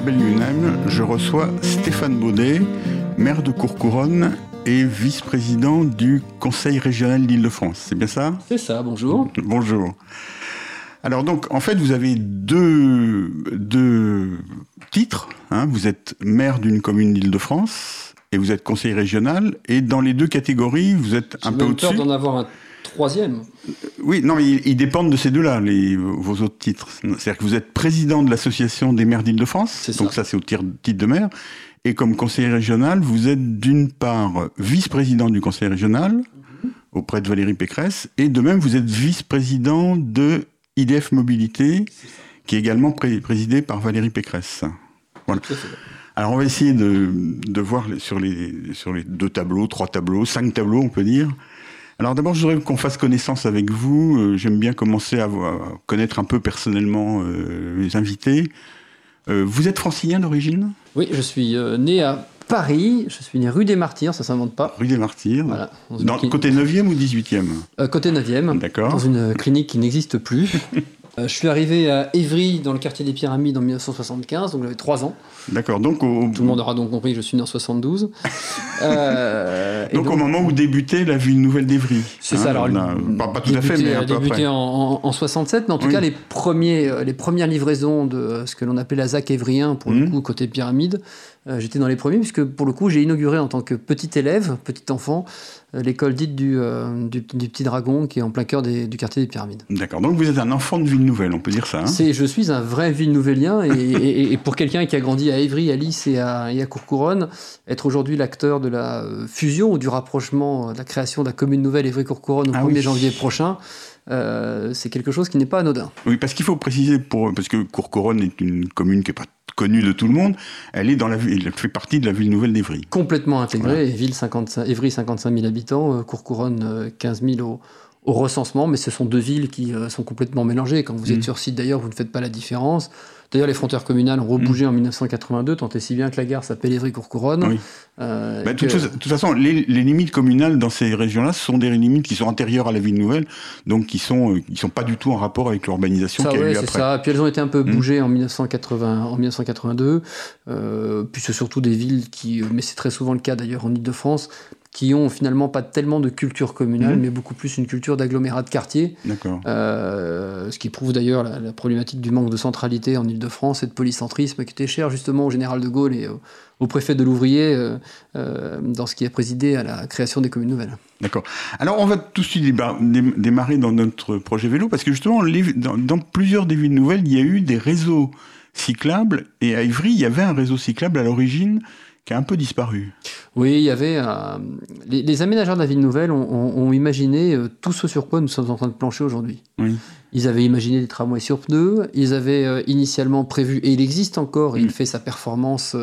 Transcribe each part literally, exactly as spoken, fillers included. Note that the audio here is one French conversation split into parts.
Belle Lunheim, je reçois Stéphane Baudet, maire de Courcouronnes et vice-président du Conseil régional d'Île-de-France. C'est bien ça ? C'est ça, bonjour. Bonjour. Alors donc, en fait, vous avez deux, deux titres. Hein. Vous êtes maire d'une commune d'Île-de-France et vous êtes conseiller régional. Et dans les deux catégories, vous êtes un J'ai peu même au-dessus. peur d'en avoir un troisième. Oui, non, mais ils, ils dépendent de ces deux-là, les, vos autres titres. C'est-à-dire que vous êtes président de l'association des maires d'Île-de-France. C'est donc ça. ça, c'est au titre de maire. Et comme conseiller régional, vous êtes d'une part vice-président du conseil régional mm-hmm. auprès de Valérie Pécresse. Et de même, vous êtes vice-président de I D F Mobilité, qui est également pré- présidé par Valérie Pécresse. Voilà. Alors on va essayer de, de voir sur les, sur les deux tableaux, trois tableaux, cinq tableaux on peut dire. Alors d'abord je voudrais qu'on fasse connaissance avec vous. Euh, j'aime bien commencer à, à connaître un peu personnellement euh, les invités. Euh, vous êtes francilien d'origine ? Oui, je suis euh, né à Paris, je suis né rue des Martyrs, ça ne s'invente pas. Rue des Martyrs, voilà, dans, dans cli... côté neuvième ou dix-huitième ? euh, Côté neuvième, d'accord. Dans une clinique qui n'existe plus. euh, je suis arrivé à Évry, dans le quartier des Pyramides, en dix-neuf cent soixante-quinze, donc j'avais trois ans. D'accord, donc... Au... Tout le monde aura donc compris que je suis né en soixante-douze. euh, donc, donc au moment où débutait la ville nouvelle d'Évry. C'est hein, ça, alors... A, pas, pas tout débuté, à fait, mais un peu débuté après. en, en, en soixante-sept, mais en tout oui. cas, les, premiers, les premières livraisons de ce que l'on appelait la Z A C évrien, pour mmh. le coup, côté Pyramide, euh, j'étais dans les premiers, puisque pour le coup, j'ai inauguré en tant que petit élève, petit enfant, euh, l'école dite du, euh, du, du Petit Dragon, qui est en plein cœur des, du quartier des Pyramides. D'accord, donc vous êtes un enfant de Ville-Nouvelle, on peut dire ça. Hein C'est, je suis un vrai Ville-Nouvellien, et, et, et pour quelqu'un qui a grandi à Évry, à Lys et à, et à Courcouronnes, être aujourd'hui l'acteur de la fusion ou du rapprochement, de la création de la commune nouvelle Évry-Courcouronnes au ah premier oui. janvier prochain, euh, c'est quelque chose qui n'est pas anodin. Oui, parce qu'il faut préciser, pour, parce que Courcouronnes est une commune qui n'est pas connue de tout le monde, elle, est dans la, elle fait partie de la ville nouvelle d'Évry. Complètement intégrée, ouais. ville cinquante-cinq, Évry cinquante-cinq mille habitants, Courcouronnes quinze mille au, au recensement, mais ce sont deux villes qui euh, sont complètement mélangées. Quand vous mmh. êtes sur site d'ailleurs, vous ne faites pas la différence. D'ailleurs, les frontières communales ont rebougé mmh. en dix-neuf cent quatre-vingt-deux, tant et si bien que la gare s'appelle Évry-Courcouronnes. Oui. Euh, bah, de que... toute façon, les, les limites communales dans ces régions-là, ce sont des limites qui sont antérieures à la ville nouvelle, donc qui sont, euh, qui sont pas du tout en rapport avec l'urbanisation qu'il y a ouais, eu c'est après. Ça. Puis elles ont été un peu bougées mmh. en, dix-neuf cent quatre-vingts, en dix-neuf cent quatre-vingt-deux. Euh, puis c'est surtout des villes qui, mais c'est très souvent le cas d'ailleurs en Île-de-France, qui ont finalement pas tellement de culture communale, mmh. mais beaucoup plus une culture d'agglomérat de quartier. D'accord. Euh, ce qui prouve d'ailleurs la, la problématique du manque de centralité en Île-de-France et de polycentrisme qui était cher justement au général de Gaulle et au, au préfet de l'Ouvrier euh, euh, dans ce qui a présidé à la création des communes nouvelles. D'accord. Alors on va tout de suite démarrer dans notre projet vélo parce que justement les, dans, dans plusieurs des villes nouvelles, il y a eu des réseaux cyclables et à Évry, il y avait un réseau cyclable à l'origine qui a un peu disparu. Oui, il y avait... Euh, les, les aménageurs de la ville nouvelle ont, ont, ont imaginé euh, tout ce sur quoi nous sommes en train de plancher aujourd'hui. Oui. Ils avaient imaginé des tramways sur pneus, ils avaient euh, initialement prévu, et il existe encore, mmh. et il fait sa performance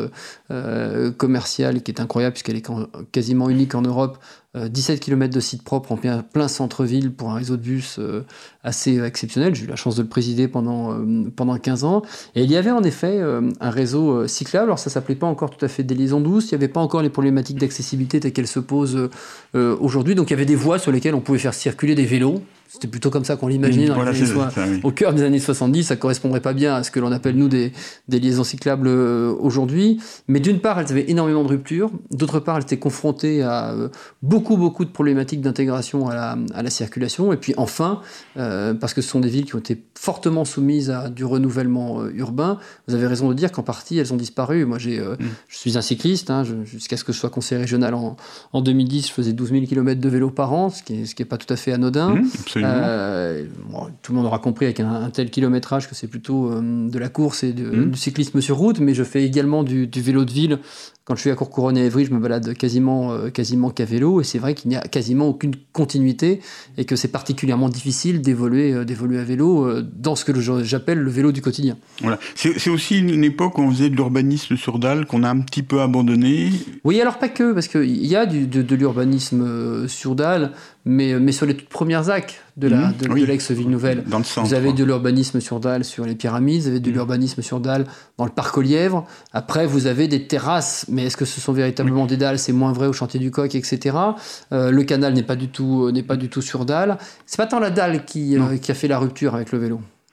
euh, commerciale qui est incroyable puisqu'elle est quasiment unique en Europe, euh, dix-sept kilomètres de site propre en plein, plein centre-ville pour un réseau de bus euh, assez exceptionnel. J'ai eu la chance de le présider pendant, euh, pendant quinze ans. Et il y avait en effet euh, un réseau euh, cyclable. Alors ça ne s'appelait pas encore tout à fait des liaisons douces, il n'y avait pas encore les problématiques d'accessibilité telles qu'elles se posent euh, aujourd'hui. Donc il y avait des voies sur lesquelles on pouvait faire circuler des vélos. C'était plutôt comme ça qu'on l'imaginait dans voilà, les années so- ça, oui. au cœur des années soixante-dix. Ça ne correspondrait pas bien à ce que l'on appelle, nous, des, des liaisons cyclables euh, aujourd'hui. Mais d'une part, elles avaient énormément de ruptures. D'autre part, elles étaient confrontées à euh, beaucoup, beaucoup de problématiques d'intégration à la, à la circulation. Et puis enfin, euh, parce que ce sont des villes qui ont été fortement soumises à du renouvellement euh, urbain, vous avez raison de dire qu'en partie, elles ont disparu. Moi, j'ai, euh, mmh. je suis un cycliste. Hein, je, jusqu'à ce que je sois conseiller régional en, en deux mille dix, je faisais douze mille kilomètres de vélo par an, ce qui n'est ce qui est pas tout à fait anodin. Mmh, Euh, bon, tout le monde aura compris avec un, un tel kilométrage que c'est plutôt euh, de la course et de, mmh. du cyclisme sur route, mais je fais également du, du vélo de ville. Quand je suis à Courcouronnes et à Évry, je me balade quasiment, euh, quasiment qu'à vélo, et c'est vrai qu'il n'y a quasiment aucune continuité et que c'est particulièrement difficile d'évoluer, euh, d'évoluer à vélo euh, dans ce que je, j'appelle le vélo du quotidien. Voilà. C'est, c'est aussi une, une époque où on faisait de l'urbanisme sur dalle qu'on a un petit peu abandonné. Oui, alors pas que, parce qu'il y a du, de, de l'urbanisme euh, sur dalle, mais, mais sur les toutes premières A C de, la, mmh, de, oui. de l'ex-ville nouvelle. Dans le centre. Vous avez de l'urbanisme sur dalle sur les Pyramides, vous avez de mmh. l'urbanisme sur dalle dans le parc aux Lièvres. Après, vous avez des terrasses, mais est-ce que ce sont véritablement oui. des dalles ? C'est moins vrai au chantier du Coq, et cetera. Euh, le canal n'est pas du tout, n'est pas du tout sur dalle. C'est pas tant la dalle qui, euh, qui a fait la rupture avec le vélo.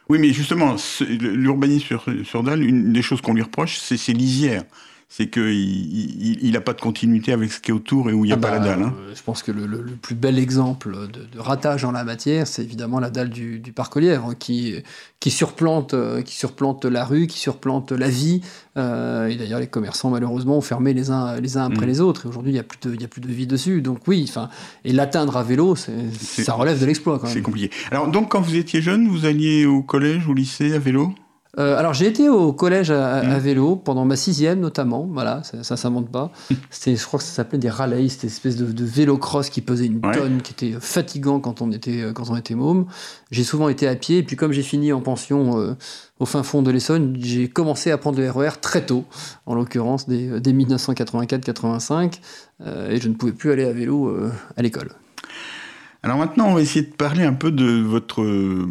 Oui, mais justement, l'urbanisme sur, sur Dalle, une des choses qu'on lui reproche, c'est ses lisières. C'est qu'il n'a pas de continuité avec ce qui est autour et où il n'y a ah pas bah, la dalle. Hein. Euh, je pense que le, le, le plus bel exemple de, de ratage en la matière, c'est évidemment la dalle du, du parc aux Lièvres, qui, qui, surplante, qui surplante la rue, qui surplante la vie. Euh, et d'ailleurs, les commerçants, malheureusement, ont fermé les uns, les uns après mmh. les autres. Et aujourd'hui, il n'y a plus de, il y a plus de vie dessus. Donc oui, et l'atteindre à vélo, c'est, c'est, ça relève de l'exploit quand même. C'est compliqué. Alors donc, quand vous étiez jeune, vous alliez au collège, au lycée, à vélo ? Euh, alors j'ai été au collège à, à, à vélo pendant ma sixième notamment, voilà, ça, ça s'invente pas. C'était, je crois que ça s'appelait des rallyes, c'était une espèce de, de vélo-cross qui pesait une ouais. tonne, qui était fatigant quand on était quand on était môme. J'ai souvent été à pied, et puis comme j'ai fini en pension euh, au fin fond de l'Essonne, j'ai commencé à prendre le R E R très tôt, en l'occurrence dès, dès dix-neuf cent quatre-vingt-quatre quatre-vingt-cinq, euh, et je ne pouvais plus aller à vélo euh, à l'école. Alors maintenant, on va essayer de parler un peu de votre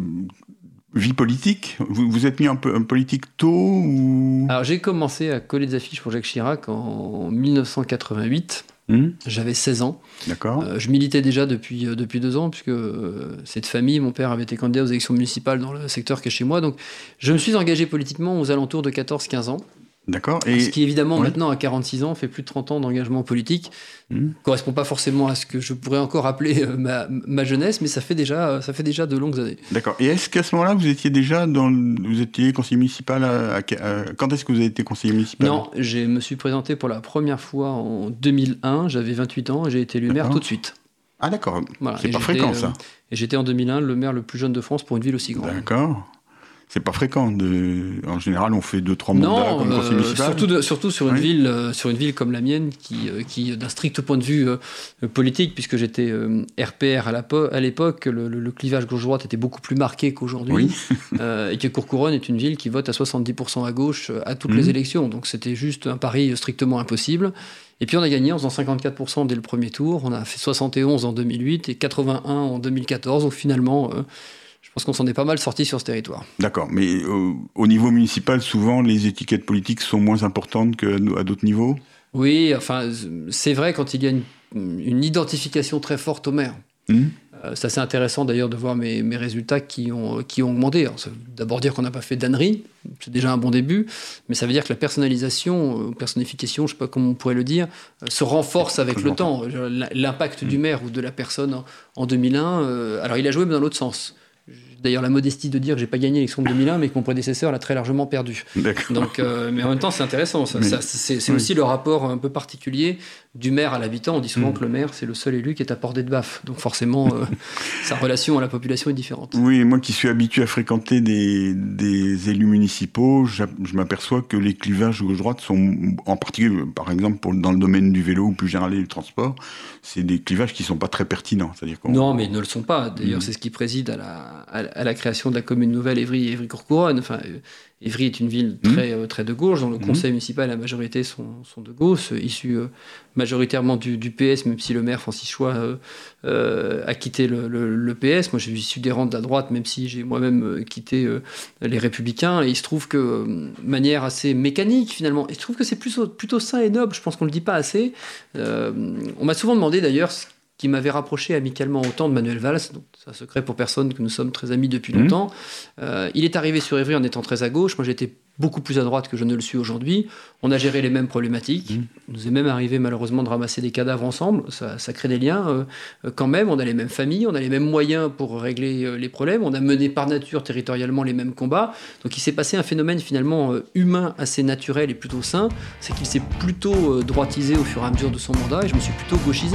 vie politique. Vous, vous êtes mis un peu en politique tôt ou... Alors j'ai commencé à coller des affiches pour Jacques Chirac en dix-neuf cent quatre-vingt-huit. Mmh. J'avais seize ans. D'accord. Euh, je militais déjà depuis, euh, depuis deux ans, puisque euh, c'est de famille. Mon père avait été candidat aux élections municipales dans le secteur qui est chez moi. Donc je me suis engagé politiquement aux alentours de quatorze quinze ans. D'accord. Et... Ce qui, évidemment, ouais. maintenant, à quarante-six ans, fait plus de trente ans d'engagement politique. Ne mmh. correspond pas forcément à ce que je pourrais encore appeler euh, ma, ma jeunesse, mais ça fait, déjà, ça fait déjà de longues années. D'accord. Et est-ce qu'à ce moment-là, vous étiez déjà dans... Vous étiez conseiller municipal à... À... À... Quand est-ce que vous avez été conseiller municipal ? Non, je me suis présenté pour la première fois en deux mille un. J'avais vingt-huit ans et j'ai été élu maire tout de suite. Ah d'accord. Voilà. C'est et pas fréquent, ça. Euh, et j'étais en deux mille un le maire le plus jeune de France pour une ville aussi grande. D'accord. C'est pas fréquent. De... En général, on fait deux, trois mandats comme conseiller euh, municipal. Surtout, de, surtout sur, une oui. ville, euh, sur une ville comme la mienne, qui, euh, qui d'un strict point de vue euh, politique, puisque j'étais euh, R P R à, la po- à l'époque, le, le, le clivage gauche-droite était beaucoup plus marqué qu'aujourd'hui, oui. euh, et que Courcouronnes est une ville qui vote à soixante-dix pour cent à gauche à toutes mmh. les élections. Donc c'était juste un pari strictement impossible. Et puis on a gagné en faisant cinquante-quatre pour cent dès le premier tour. On a fait soixante et onze en deux mille huit et quatre-vingt-un en deux mille quatorze. Donc finalement... Euh, Je pense qu'on s'en est pas mal sorti sur ce territoire. D'accord, mais euh, au niveau municipal, souvent, les étiquettes politiques sont moins importantes qu'à d'autres niveaux ? Oui, enfin, c'est vrai quand il y a une, une identification très forte au maire. Mmh. Euh, c'est assez intéressant d'ailleurs de voir mes, mes résultats qui ont, qui ont augmenté. Alors, ça veut d'abord dire qu'on n'a pas fait d'ânerie, c'est déjà un bon début, mais ça veut dire que la personnalisation, euh, personnification, je ne sais pas comment on pourrait le dire, euh, se renforce avec le temps. L'impact mmh. du maire ou de la personne en, en deux mille un, euh, alors il a joué mais dans l'autre sens. D'ailleurs, la modestie de dire que j'ai pas gagné l'élection de deux mille un, mais que mon prédécesseur l'a très largement perdu. D'accord. Donc, euh, mais en même temps, c'est intéressant. Ça, ça, c'est c'est oui. aussi le rapport un peu particulier du maire à l'habitant. On dit souvent mmh. que le maire, c'est le seul élu qui est à portée de baffe. Donc forcément, euh, sa relation à la population est différente. Oui, moi qui suis habitué à fréquenter des, des élus municipaux, je m'aperçois que les clivages gauche-droite sont, en particulier, par exemple, pour, dans le domaine du vélo ou plus général du transport, c'est des clivages qui sont pas très pertinents. C'est-à-dire qu'on... Non, mais ils ne le sont pas. D'ailleurs, mmh. c'est ce qui préside à la, à, à la création de la commune nouvelle Évry et Évry-Courcouronnes. Enfin, Évry est une ville très, mmh. euh, très de gauche, dont le conseil mmh. municipal, la majorité sont, sont de gauche, issus euh, majoritairement du, du P S, même si le maire Francis Choix euh, euh, a quitté le, le, le P S. Moi, je suis issu des rangs de la droite, même si j'ai moi-même euh, quitté euh, les Républicains. Et il se trouve que, de manière assez mécanique, finalement, et je trouve que c'est plutôt, plutôt sain et noble, je pense qu'on ne le dit pas assez. Euh, on m'a souvent demandé, d'ailleurs, qui m'avait rapproché amicalement autant de Manuel Valls, donc c'est un secret pour personne que nous sommes très amis depuis mmh. longtemps. Euh, il est arrivé sur Évry en étant très à gauche, moi j'étais beaucoup plus à droite que je ne le suis aujourd'hui. On a géré les mêmes problématiques, mmh. il nous est même arrivé malheureusement de ramasser des cadavres ensemble, ça, ça crée des liens euh, quand même, on a les mêmes familles, on a les mêmes moyens pour régler euh, les problèmes, on a mené par nature territorialement les mêmes combats, donc il s'est passé un phénomène finalement euh, humain assez naturel et plutôt sain, c'est qu'il s'est plutôt euh, droitisé au fur et à mesure de son mandat et je me suis plutôt gauchisé.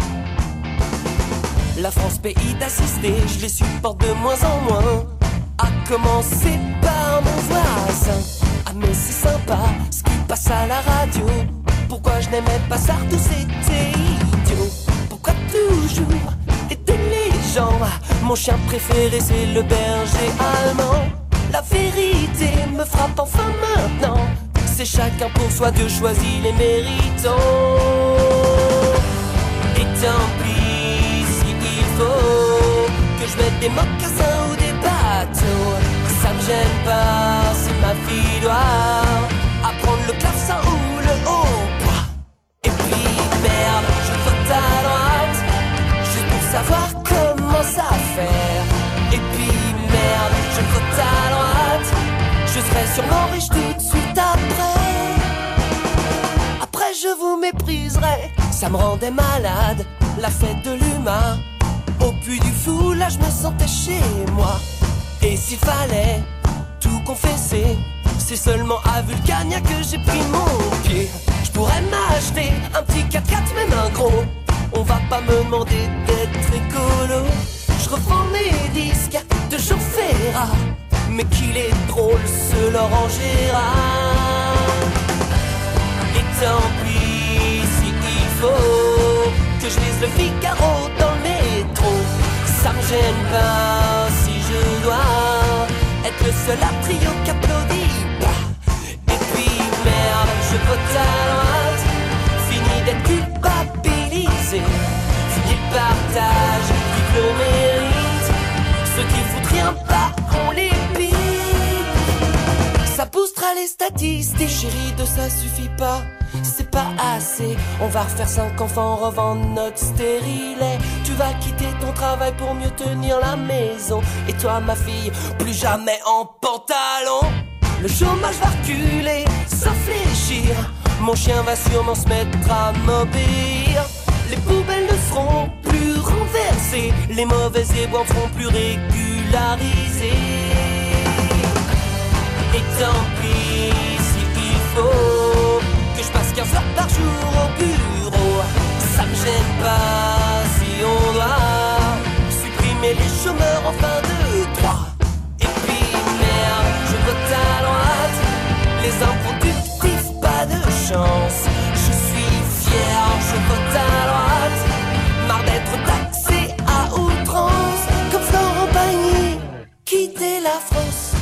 La France, pays d'assister, je les supporte de moins en moins. À commencer par mon voisin. Ah mais c'est sympa, ce qui passe à la radio. Pourquoi je n'aimais pas ça, tout c'était idiot. Pourquoi toujours aider les gens? Mon chien préféré c'est le berger allemand. La vérité me frappe enfin maintenant. C'est chacun pour soi, Dieu choisit les méritants. Et tant pis que je mette des mocassins ou des bateaux, ça me gêne pas si ma fille doit apprendre le clavecin ou le hautbois. Et puis merde, je vote à droite juste pour savoir comment ça faire. Et puis merde, je vote à droite sûrement riche tout de suite après. Après je vous mépriserai, ça me rendait malade, la fête de l'humain. Au puits du fou, là je me sentais chez moi. Et s'il fallait tout confesser, c'est seulement à Vulcania que j'ai pris mon pied. Je pourrais m'acheter un petit quatre-quatre, même un gros. On va pas me demander d'être écolo. Je reprends mes disques de Jean Ferrat, mais qu'il est drôle ce Laurent Gérard. Et tant pis si il faut que je lise le Figaro dans le métro. Ça me gêne pas si je dois être le seul à trio qui applaudit. Et puis merde, je vote à droite. Fini d'être culpabilisé. Fini le partage, vive le mérite. Ceux qui foutent rien pas, on les pique. Ça boostera les statistiques. Chérie, de ça suffit pas, c'est pas assez. On va refaire cinq enfants, revendre notre stérilet. Tu vas quitter ton travail pour mieux tenir la maison. Et toi ma fille, plus jamais en pantalon. Le chômage va reculer, sans fléchir. Mon chien va sûrement se mettre à m'obéir. Les poubelles ne seront plus renversées. Les mauvais éboueurs seront plus régularisés. Et tant pis si il faut que je passe quinze heures par jour au bureau. Ça me gêne pas si on doit supprimer les chômeurs en fin de droit. Et puis merde, je vote à droite. Les improductifs, pas de chance. Je suis fier, je vote à droite. Marre d'être taxé à outrance, comme Florent Pagny, quitter la France.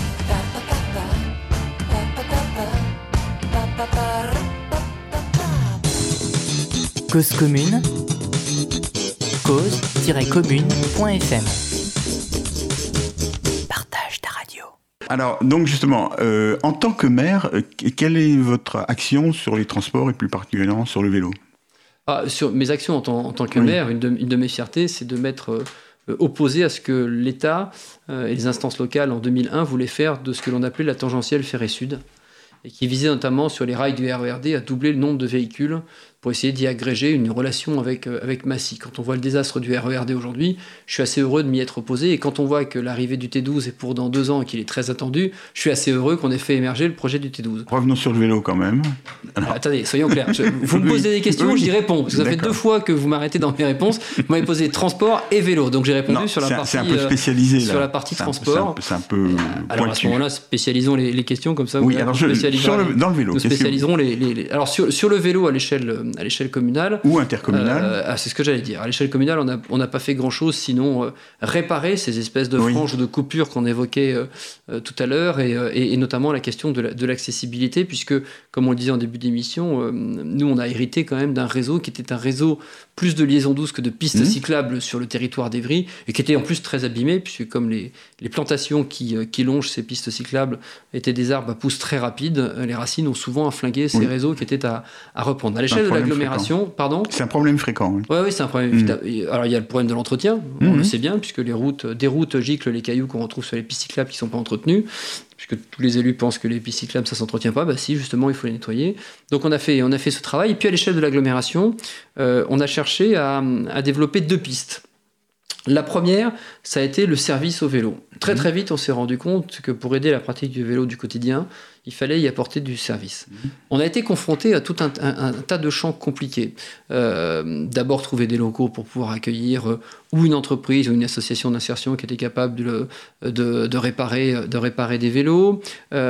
Cause commune, cause tiret commune point f m. Partage ta radio. Alors, donc justement, euh, en tant que maire, euh, quelle est votre action sur les transports et plus particulièrement sur le vélo ? Ah, sur mes actions en tant, en tant que oui. maire, une de, une de mes fiertés, c'est de m'être euh, opposé à ce que l'État euh, et les instances locales en deux mille un voulaient faire de ce que l'on appelait la tangentielle ferré-sud, et qui visait notamment sur les rails du R E R D à doubler le nombre de véhicules pour essayer d'y agréger une relation avec, euh, avec Massy. Quand on voit le désastre du R E R D aujourd'hui, je suis assez heureux de m'y être opposé. Et quand on voit que l'arrivée du T douze est pour dans deux ans et qu'il est très attendu, je suis assez heureux qu'on ait fait émerger le projet du T douze. Revenons sur le vélo quand même. Alors, attendez, soyons clairs. Je, vous me posez des questions, oui. j'y réponds. Parce que ça D'accord. fait deux fois que vous m'arrêtez dans mes réponses. Vous m'avez posé transport et vélo. Donc j'ai répondu non, sur, la c'est, partie, c'est un peu spécialisé, euh, sur la partie c'est transport. Un, c'est un peu, c'est un peu alors à ce moment-là, spécialisons les, les questions comme ça. Oui, alors je, sur le, dans le vélo. Nous spécialiserons les, les, les... Alors sur, sur le vélo à l'échelle, à l'échelle communale. Ou intercommunale. Euh, ah, c'est ce que j'allais dire. À l'échelle communale, on n'a on n'a pas fait grand-chose sinon euh, réparer ces espèces de franges oui. ou de coupures qu'on évoquait euh, euh, tout à l'heure et, euh, et, et notamment la question de, la, de l'accessibilité puisque, comme on le disait en début d'émission, euh, nous, on a hérité quand même d'un réseau qui était un réseau plus de liaisons douces que de pistes mmh. cyclables sur le territoire d'Évry et qui était en plus très abîmé puisque comme les, les plantations qui, euh, qui longent ces pistes cyclables étaient des arbres à pousses très rapides, euh, les racines ont souvent inflingué ces oui. réseaux qui étaient à, à reprendre. À l'échelle de l'agglomération, fréquent. pardon C'est un problème fréquent. Oui, ouais, oui, c'est un problème. Mmh. Alors, il y a le problème de l'entretien, mmh. on le sait bien, puisque les routes, des routes giclent les cailloux qu'on retrouve sur les pistes cyclables qui ne sont pas entretenues, puisque tous les élus pensent que les pistes cyclables, ça ne s'entretient pas. Bah si, justement, il faut les nettoyer. Donc, on a fait, on a fait ce travail. Et puis, à l'échelle de l'agglomération, euh, on a cherché à, à développer deux pistes. La première, ça a été le service au vélo. Très très vite, on s'est rendu compte que pour aider la pratique du vélo du quotidien, il fallait y apporter du service. Mmh. On a été confronté à tout un, un, un tas de champs compliqués. Euh, d'abord, trouver des locaux pour pouvoir accueillir euh, ou une entreprise ou une association d'insertion qui était capable de, de, de, réparer, de réparer des vélos.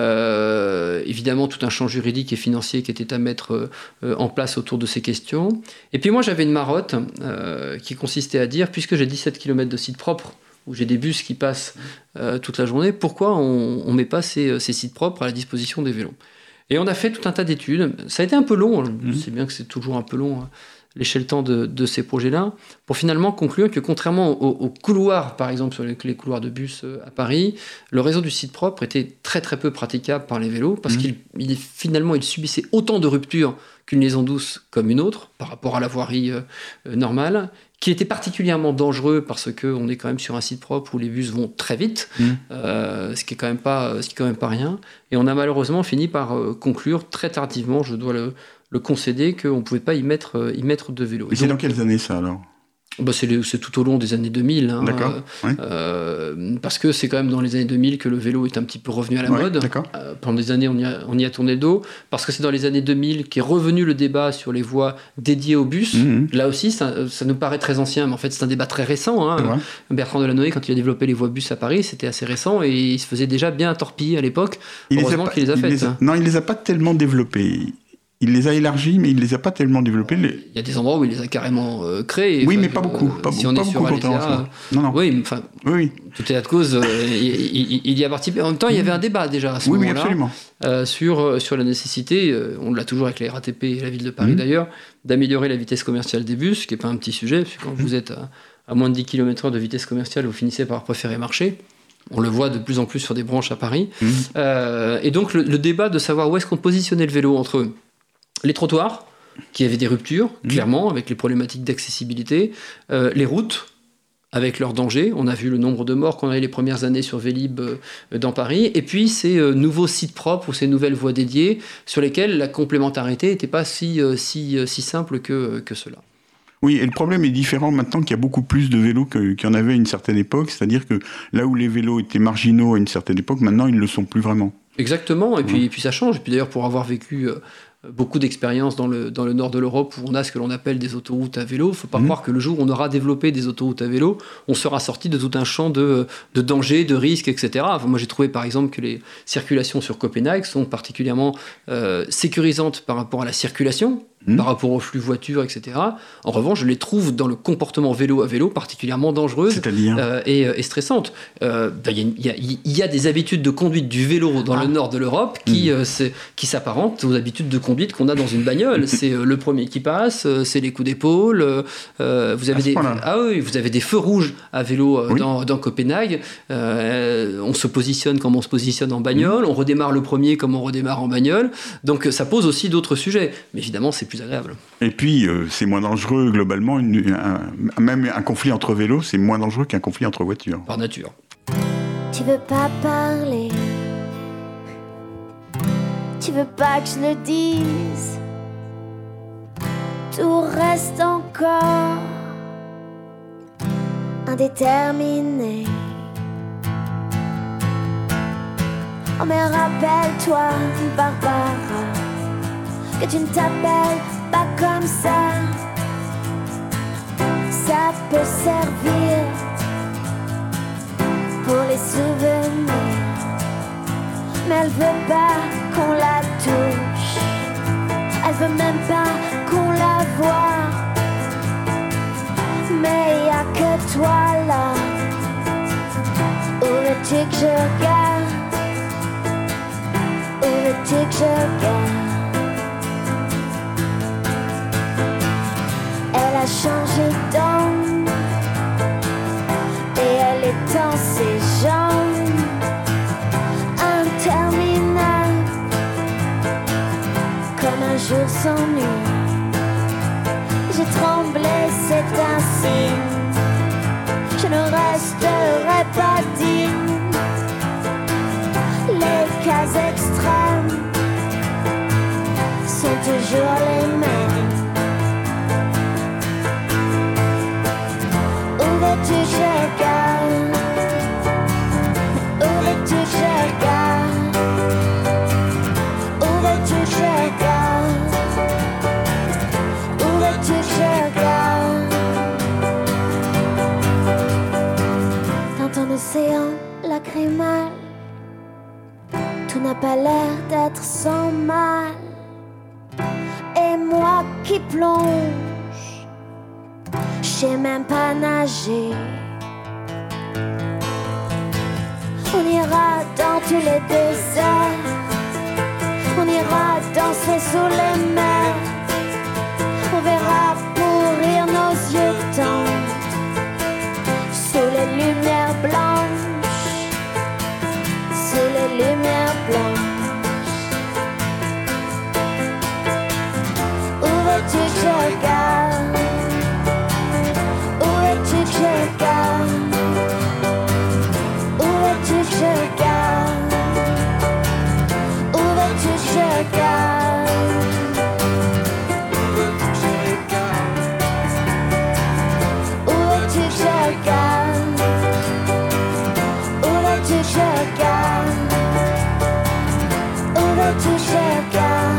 Euh, évidemment, tout un champ juridique et financier qui était à mettre euh, en place autour de ces questions. Et puis moi, j'avais une marotte euh, qui consistait à dire, puisque j'ai dix-sept kilomètres de site propre, où j'ai des bus qui passent euh, toute la journée, pourquoi on ne met pas ces, ces sites propres à la disposition des vélos ? Et on a fait tout un tas d'études. Ça a été un peu long, mmh. c'est bien que c'est toujours un peu long, hein, l'échelle temps de, de ces projets-là, pour finalement conclure que contrairement aux, aux couloirs, par exemple sur les, les couloirs de bus euh, à Paris, le réseau du site propre était très très peu praticable par les vélos, parce mmh. qu'il il, finalement il subissait autant de ruptures qu'une liaison douce comme une autre, par rapport à la voirie euh, normale, qui était particulièrement dangereux parce qu'on est quand même sur un site propre où les bus vont très vite, mmh. euh, ce qui est quand même pas, ce qui est quand même pas rien. Et on a malheureusement fini par euh, conclure très tardivement, je dois le, le concéder, qu'on ne pouvait pas y mettre, euh, y mettre de vélo. Et, Et c'est donc, dans quelles années ça alors ? Bah c'est, le, c'est tout au long des années deux mille. Hein, d'accord. Euh, oui. euh, parce que c'est quand même dans les années deux mille que le vélo est un petit peu revenu à la ouais, mode. Euh, pendant des années, on y, a, on y a tourné le dos. Parce que c'est dans les années deux mille qu'est revenu le débat sur les voies dédiées aux bus. Mmh. Là aussi, ça, ça nous paraît très ancien, mais en fait, c'est un débat très récent. Hein. Bertrand Delanoë, quand il a développé les voies bus à Paris, c'était assez récent et il se faisait déjà bien torpiller à l'époque. Il Heureusement pas, qu'il les a il faites. Les a, non, il ne les a pas tellement développées. Il les a élargis, mais il ne les a pas tellement développés. Les... Il y a des endroits où il les a carrément euh, créés. Oui, mais pas beaucoup. Euh, pas, si on pas est beaucoup sur Alésia, non, non. Oui, enfin, oui. tout est à cause. Euh, il, il, il y a participé. En même temps, il y avait un débat déjà à ce oui, moment-là. Oui, absolument. Euh, sur, sur la nécessité, euh, on l'a toujours avec la R A T P et la ville de Paris mmh. d'ailleurs, d'améliorer la vitesse commerciale des bus, ce qui n'est pas un petit sujet, parce que quand mmh. vous êtes à, à moins de dix kilomètres heure de vitesse commerciale, vous finissez par préférer marcher. On le voit de plus en plus sur des branches à Paris. Mmh. Euh, et donc, le, le débat de savoir où est-ce qu'on positionnait le vélo entre eux. Les trottoirs, qui avaient des ruptures, mmh. clairement, avec les problématiques d'accessibilité. Euh, les routes, avec leurs dangers. On a vu le nombre de morts qu'on a eu les premières années sur Vélib euh, dans Paris. Et puis, ces euh, nouveaux sites propres ou ces nouvelles voies dédiées sur lesquelles la complémentarité n'était pas si, euh, si, euh, si simple que, que cela. Oui, et le problème est différent maintenant qu'il y a beaucoup plus de vélos que, qu'il y en avait à une certaine époque. C'est-à-dire que là où les vélos étaient marginaux à une certaine époque, maintenant, ils ne le sont plus vraiment. Exactement, et puis, ouais. et puis ça change. Et puis d'ailleurs, pour avoir vécu euh, beaucoup d'expériences dans le, dans le nord de l'Europe où on a ce que l'on appelle des autoroutes à vélo, il ne faut pas mmh. croire que le jour où on aura développé des autoroutes à vélo, on sera sorti de tout un champ de, de dangers, de risques, et cetera. Enfin, moi, j'ai trouvé par exemple que les circulations sur Copenhague sont particulièrement euh, sécurisantes par rapport à la circulation, Mmh. par rapport au flux voitures, et cetera. En revanche, je les trouve dans le comportement vélo à vélo particulièrement dangereuses C'est-à-dire euh, et, et stressantes. Il euh, bah, y, y, y a des habitudes de conduite du vélo dans ah. le nord de l'Europe qui, mmh. euh, c'est, qui s'apparentent aux habitudes de conduite qu'on a dans une bagnole. c'est euh, le premier qui passe, euh, c'est les coups d'épaule. Euh, vous, avez des, ah oui, vous avez des feux rouges à vélo euh, oui. dans, dans Copenhague. Euh, on se positionne comme on se positionne en bagnole. Mmh. On redémarre le premier comme on redémarre en bagnole. Donc ça pose aussi d'autres sujets. Mais évidemment, c'est plus agréable. Et puis, euh, c'est moins dangereux globalement. Une, un, même un conflit entre vélos, c'est moins dangereux qu'un conflit entre voitures. Par nature. Tu veux pas parler, tu veux pas que je le dise, tout reste encore indéterminé. Oh mais rappelle-toi, Barbara, que tu ne t'appelles pas comme ça. Ça peut servir pour les souvenirs, mais elle veut pas qu'on la touche, elle veut même pas qu'on la voie. Mais y a que toi là, où veux-tu que je regarde, où veux-tu que je regarde. Elle a changé d'âme et elle est dans ses jambes interminable, comme un jour sans nuit. J'ai tremblé, c'est un signe, je ne resterai pas digne. Les cas extrêmes sont toujours les mêmes. Où veux-tu que je regarde, où veux-tu que je regarde, où veux-tu que je regarde, où veux-tu que je regarde. Dans ton océan lacrymal, tout n'a pas l'air d'être sans mal. Et moi qui plonge, je sais même pas nager. On ira dans tous les déserts, on ira danser sous les mers. On verra pourrir nos yeux tendres sous les lumières blanches, sous les lumières blanches. Où veux-tu que je regarde, où toucher au cœur.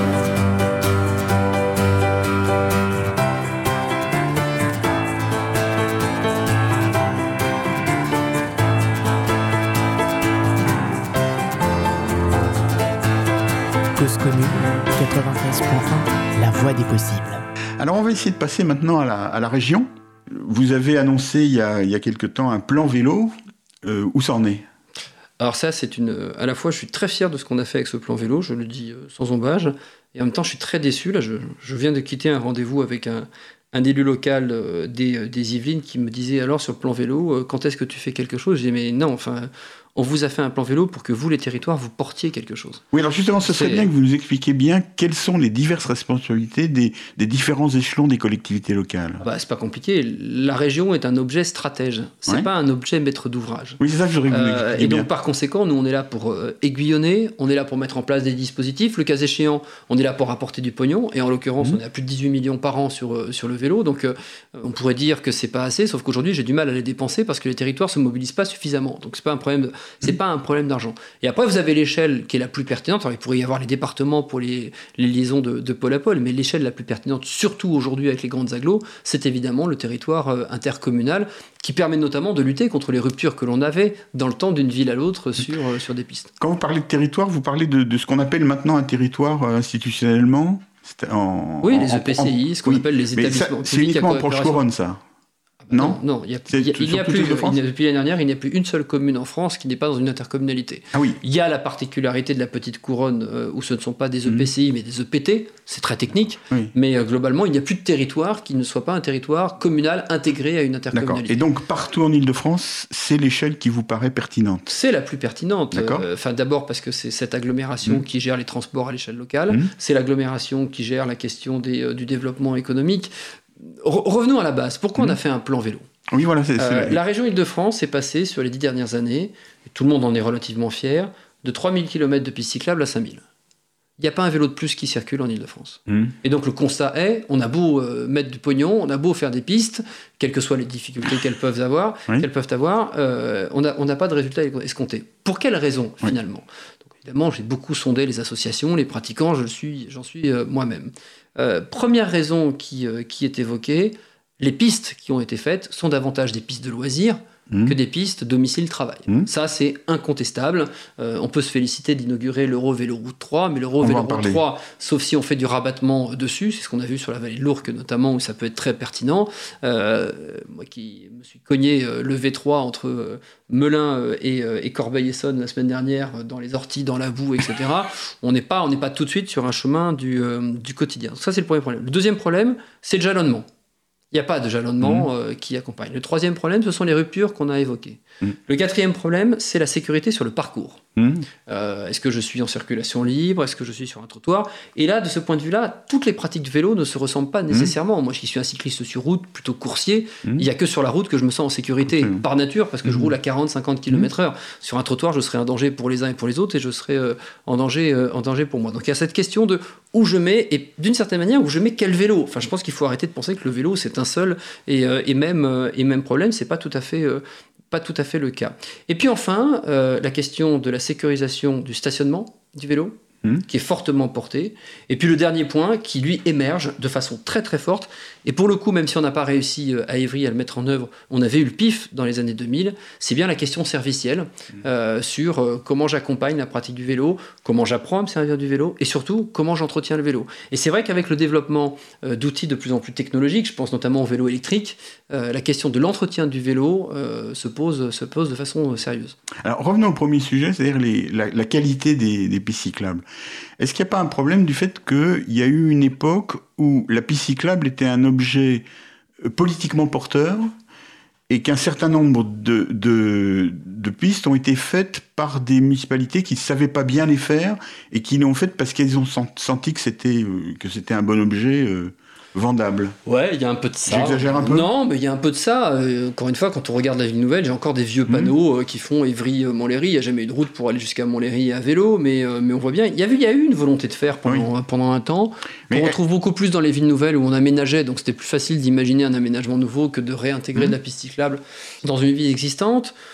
Cause commune, quatre-vingt-treize point un, la voie des possibles. Alors on va essayer de passer maintenant à la, à la région. Vous avez annoncé il y a, il y a quelque temps un plan vélo. Euh, où ça en est ? Alors ça, c'est une... À la fois, je suis très fier de ce qu'on a fait avec ce plan vélo, je le dis euh, sans embâche, et en même temps, je suis très déçu. Là, je, je viens de quitter un rendez-vous avec un, un élu local euh, des, des Yvelines qui me disait, alors sur le plan vélo, euh, quand est-ce que tu fais quelque chose ? J'ai dit, mais non, enfin... On vous a fait un plan vélo pour que vous, les territoires, vous portiez quelque chose. Oui, alors justement, ce serait C'est... bien que vous nous expliquiez bien quelles sont les diverses responsabilités des, des différents échelons des collectivités locales. Ah bah, c'est pas compliqué. La région est un objet stratège. C'est ouais. pas un objet maître d'ouvrage. Oui, c'est ça que je voudrais que vous nous Euh, expliquiez et donc, bien. par conséquent, nous, on est là pour euh, aiguillonner, on est là pour mettre en place des dispositifs. Le cas échéant, on est là pour apporter du pognon. Et en l'occurrence, mmh. on est à plus de dix-huit millions par an sur, euh, sur le vélo. Donc, euh, on pourrait dire que c'est pas assez, sauf qu'aujourd'hui, j'ai du mal à les dépenser parce que les territoires se mobilisent pas suffisamment. Donc, c'est pas un problème, de, c'est mmh. pas un problème d'argent. Et après, vous avez l'échelle qui est la plus pertinente. Alors, il pourrait y avoir les départements pour les, les liaisons de, de pôle à pôle, mais l'échelle la plus pertinente, surtout aujourd'hui avec les grandes agglos, c'est évidemment le territoire euh, intercommunal qui permet notamment de lutter contre les ruptures que l'on avait dans le temps d'une ville à l'autre sur, euh, sur des pistes. Quand vous parlez de territoire, vous parlez de, de ce qu'on appelle maintenant un territoire euh, institutionnellement en, Oui, en, les E P C I, en, ce qu'on oui, appelle les établissements ça, c'est uniquement en Proche-Couronne, ça. Non, non, il y a, il y a, il y a plus, de il y a, depuis l'année dernière, il n'y a plus une seule commune en France qui n'est pas dans une intercommunalité. Ah oui. Il y a la particularité de la petite couronne euh, où ce ne sont pas des E P C I mmh. mais des E P T, c'est très technique, oui. mais euh, globalement, il n'y a plus de territoire qui ne soit pas un territoire communal intégré à une intercommunalité. D'accord. Et donc, partout en Ile-de-France, c'est l'échelle qui vous paraît pertinente ? C'est la plus pertinente. Enfin, euh, d'abord parce que c'est cette agglomération mmh. qui gère les transports à l'échelle locale, mmh. c'est l'agglomération qui gère la question des, euh, du développement économique. Re- revenons à la base. Pourquoi mmh. on a fait un plan vélo ? Oui, voilà, c'est, euh, c'est la... la région Île-de-France est passée sur les dix dernières années, et tout le monde en est relativement fier, de trois mille kilomètres de pistes cyclables à cinq mille. Il n'y a pas un vélo de plus qui circule en Île-de-France. Mmh. Et donc le constat est, on a beau euh, mettre du pognon, on a beau faire des pistes, quelles que soient les difficultés qu'elles peuvent avoir, oui. qu'elles peuvent avoir euh, on n'a on n'a pas de résultat escompté. Pour quelles raisons, finalement ? Oui. Donc, évidemment, j'ai beaucoup sondé les associations, les pratiquants, je suis, j'en suis euh, moi-même. Euh, première raison qui, euh, qui est évoquée, les pistes qui ont été faites sont davantage des pistes de loisirs mmh. que des pistes domicile-travail. Mmh. Ça, c'est incontestable. Euh, on peut se féliciter d'inaugurer l'Euro-Véloroute trois, mais l'Euro-Véloroute trois, sauf si on fait du rabattement dessus, c'est ce qu'on a vu sur la vallée de l'Ourcq notamment, où ça peut être très pertinent. Euh, moi qui me suis cogné euh, le V trois entre euh, Melun euh, et, euh, et Corbeil-Essonnes la semaine dernière, euh, dans les orties, dans la boue, et cetera, on n'est pas, on n'est pas tout de suite sur un chemin du, euh, du quotidien. Donc ça, c'est le premier problème. Le deuxième problème, c'est le jalonnement. Il n'y a pas de jalonnement mmh. euh, qui accompagne. Le troisième problème, ce sont les ruptures qu'on a évoquées. Mmh. Le quatrième problème, c'est la sécurité sur le parcours. Mmh. Euh, est-ce que je suis en circulation libre ? Est-ce que je suis sur un trottoir ? Et là, de ce point de vue-là, toutes les pratiques du vélo ne se ressemblent pas nécessairement. Mmh. Moi, qui suis un cycliste sur route, plutôt coursier, mmh. il n'y a que sur la route que je me sens en sécurité, mmh. par nature, parce que je roule à quarante à cinquante kilomètres heure. Sur un trottoir, je serai en danger pour les uns et pour les autres, et je serai euh, en, danger, euh, en danger pour moi. Donc il y a cette question de où je mets, et d'une certaine manière, où je mets quel vélo ? Enfin, je pense qu'il faut arrêter de penser que le vélo, c'est un seul et, euh, et, même, euh, et même problème. C'est pas tout à fait... Euh, pas tout à fait le cas. Et puis enfin, euh, la question de la sécurisation du stationnement du vélo, mmh. qui est fortement portée. Et puis le dernier point, qui lui émerge de façon très très forte, et pour le coup, même si on n'a pas réussi à Évry à le mettre en œuvre, on avait eu le pif dans les années deux mille, c'est bien la question servicielle, mmh. euh, sur euh, comment j'accompagne la pratique du vélo, comment j'apprends à me servir du vélo, et surtout, comment j'entretiens le vélo. Et c'est vrai qu'avec le développement euh, d'outils de plus en plus technologiques, je pense notamment au vélo électrique, euh, la question de l'entretien du vélo euh, se, pose, se pose de façon euh, sérieuse. Alors revenons au premier sujet, c'est-à-dire les, la, la qualité des, des pistes cyclables. Est-ce qu'il n'y a pas un problème du fait qu'il y a eu une époque où la piste cyclable était un objet politiquement porteur et qu'un certain nombre de, de, de pistes ont été faites par des municipalités qui ne savaient pas bien les faire et qui l'ont faites parce qu'elles ont senti que c'était, que c'était un bon objet euh, vendable. Ouais, il y a un peu de ça. J'exagère un peu ? Non, mais il y a un peu de ça. Euh, encore une fois, quand on regarde la ville nouvelle, j'ai encore des vieux panneaux mmh. euh, qui font Évry-Montlhéry. Il n'y a jamais eu de route pour aller jusqu'à Montlhéry à vélo, mais, euh, mais on voit bien. Il y, avait, il y a eu une volonté de faire pendant, oui. pendant un temps. Mais on retrouve beaucoup plus dans les villes nouvelles où on aménageait, donc c'était plus facile d'imaginer un aménagement nouveau que de réintégrer mmh. de la piste cyclable dans une ville existante.